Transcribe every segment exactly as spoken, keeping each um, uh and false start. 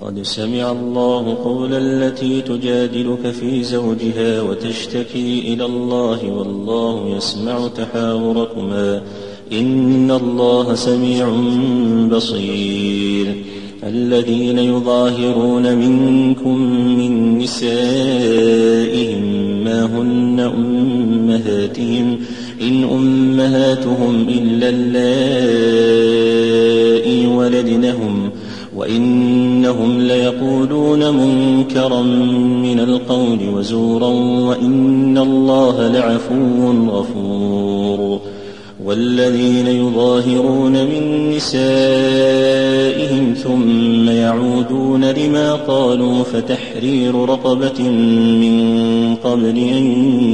قد سمع الله قول التي تجادلك في زوجها وتشتكي إلى الله والله يسمع تحاوركما إن الله سميع بصير. الذين يظاهرون منكم من نسائهم ما هن أمهاتهم إن أمهاتهم إلا اللائي ولدنهم وإنهم ليقولون منكرا من القول وزورا وإن الله لعفو غفور. والذين يظاهرون من نسائهم ثم يعودون لما قالوا فتحرير رقبة من قبل أن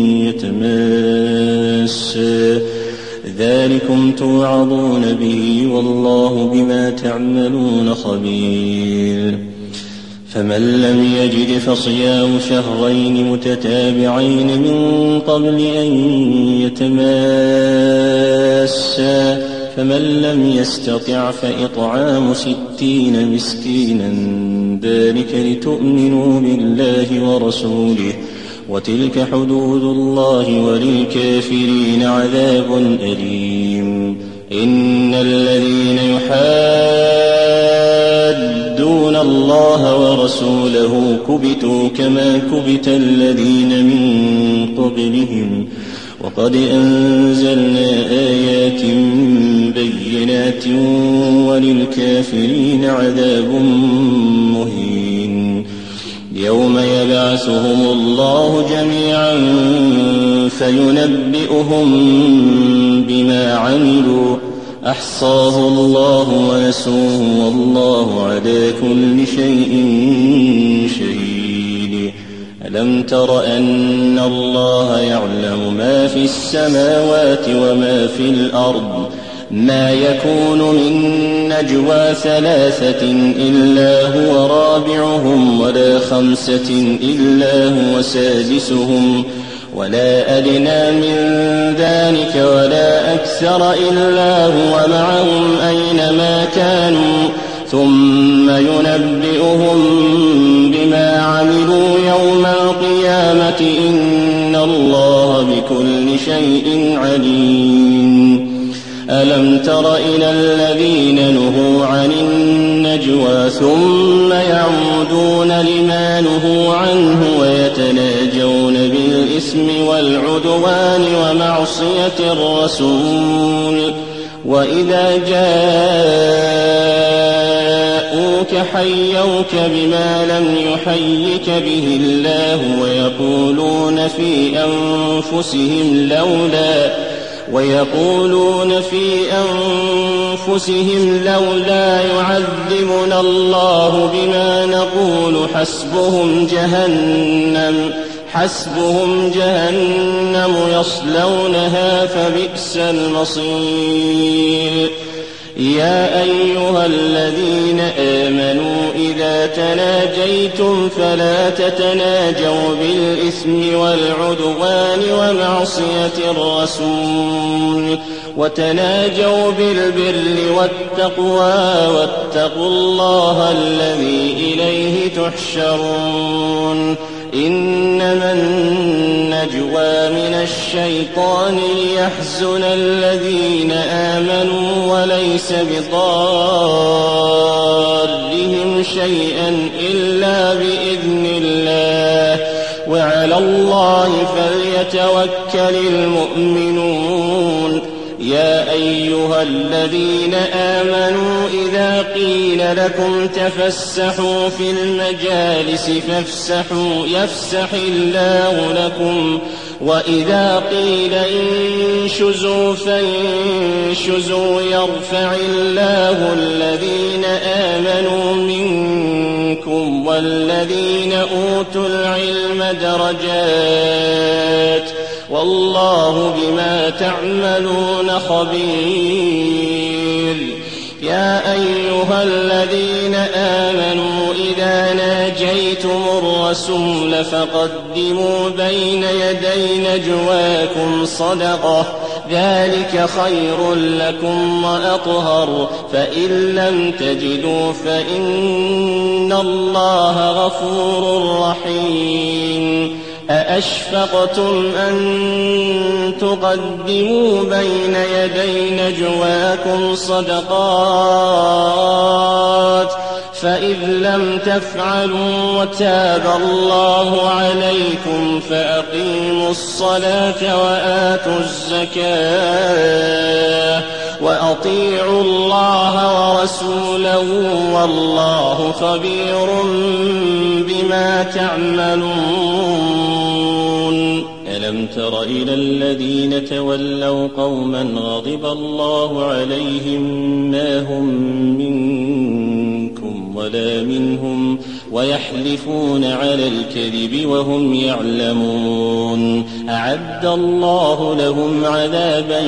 يتماسا ذلكم توعظون به والله بما تعملون خبير. فمن لم يجد فصيام شهرين متتابعين من قبل أن يتماسا فمن لم يستطع فإطعام ستين مسكينا ذلك لتؤمنوا بالله ورسوله وتلك حدود الله وللكافرين عذاب أليم. إن الذين يحادون الله ورسوله كبتوا كما كبت الذين من قبلهم وقد أنزلنا آيات بينات وللكافرين عذاب مهين. يوم يبعثهم الله جميعا فينبئهم بما عملوا أحصاه الله ونسوه والله على كل شيء شهيد. ألم تر أن الله يعلم ما في السماوات وما في الأرض ما يكون من نجوى ثلاثة إلا هو رابعهم ولا خمسة إلا هو سادسهم ولا أدنى من ذلك ولا أكثر إلا هو معهم أينما كانوا ثم ينبئهم بما عملوا يوم القيامة إن الله بكل شيء عليم. ألم تر إلى الذين نهوا عن النجوى ثم يعودون لما نهوا عنه ويتناجون بالإثم والعدوان ومعصية الرسول وإذا جاءوك حيوك بما لم يحيك به الله ويقولون في أنفسهم لولا ويقولون في أنفسهم لولا يعذبنا الله بما نقول حسبهم جهنم حسبهم جهنم يصلونها فبئس المصير. يا أيها الذين آمنوا إذا تناجيتم فلا تتناجوا بالإثم والعدوان ومعصية الرسول وتناجوا بالبر والتقوى واتقوا الله الذي إليه تحشرون. إنما النجوى من الشيطان ليحزن الذين آمنوا وليس بضارهم شيئا إلا بإذن الله وعلى الله فليتوكل المؤمنون. يا أيها الذين آمنوا إذا قيل لكم تفسحوا في المجالس فافسحوا يفسح الله لكم وإذا قيل انشزوا فانشزوا يرفع الله الذين آمنوا منكم والذين أوتوا العلم درجات والله بما تعملون خبير. يا أيها الذين آمنوا إذا ناجيتم الرسول فقدموا بين يدي نجواكم صدقة ذلك خير لكم وأطهر فإن لم تجدوا فإن الله غفور رحيم أأشفقتم أن تقدموا بين يدي نجواكم صدقات فإذ لم تفعلوا وتاب الله عليكم فأقيموا الصلاة وآتوا الزكاة وأطيعوا الله ورسوله والله خبير بما تعملون ألم تر إلى الذين تولوا قوما غضب الله عليهم ما هم منكم ولا منهم ويحلفون على الكذب وهم يعلمون أعد الله لهم عذابا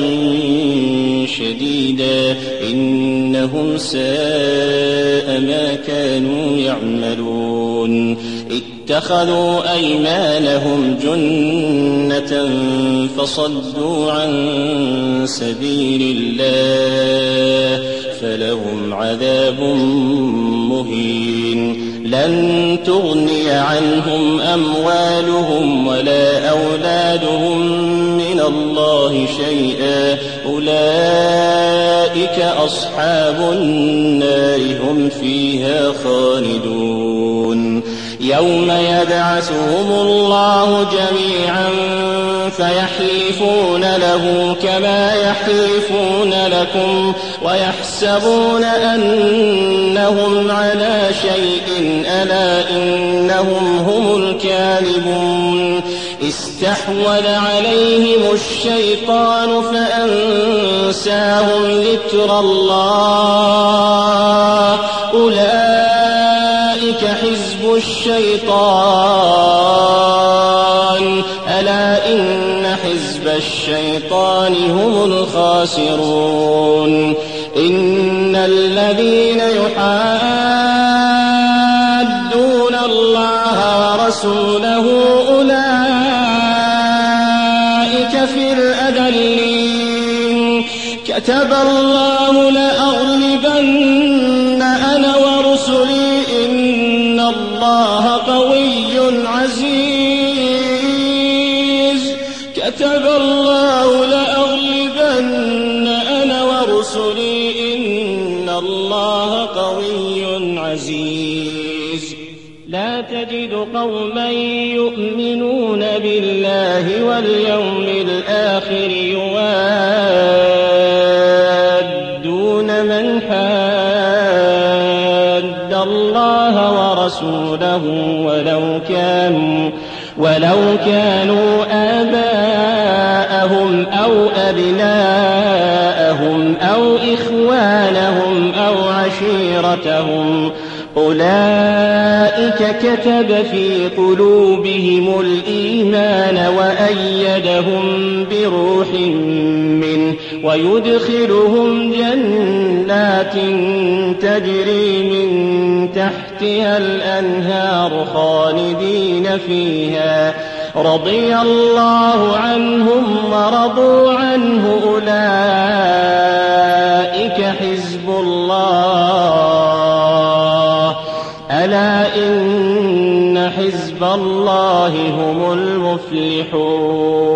شديدا إنهم ساء ما كانوا يعملون اتخذوا أيمانهم جنة فصدوا عن سبيل الله فلهم عذاب مهين لن تغني عنهم أموالهم ولا أولادهم من الله شيئا أولئك أصحاب النار هم فيها خالدون يوم يبعثهم الله جميعا فيحلفون له كما يحلفون لكم ويحسبون أنهم على شيء ألا إنهم هم الكاذبون استحوذ عليهم الشيطان فأنساهم ذكر الله أولئك حزب الشيطان ألا إن حزب الشيطان هم الخاسرون إن الذين يحادون الله ورسوله أولئك في الأذلين كتب الله لأغلبن أنا ورسلي إن الله قوي عزيز كتب الله لأغلبن أنا ورسلي إن الله قوي عزيز لا تجد قوما يؤمنون بالله واليوم الآخر يوادون من حاد الله ورسوله ولو كانوا ولو كانوا آباءهم أو أبناءهم أو إخوانهم أو عشيرتهم أولئك كتب في قلوبهم الإيمان وأيدهم بروح منه ويدخلهم جنات تجري من تحتها الأنهار خالدين فيها رضي الله عنهم ورضوا عنه أولئك حزب الله ألا إن حزب الله هم المفلحون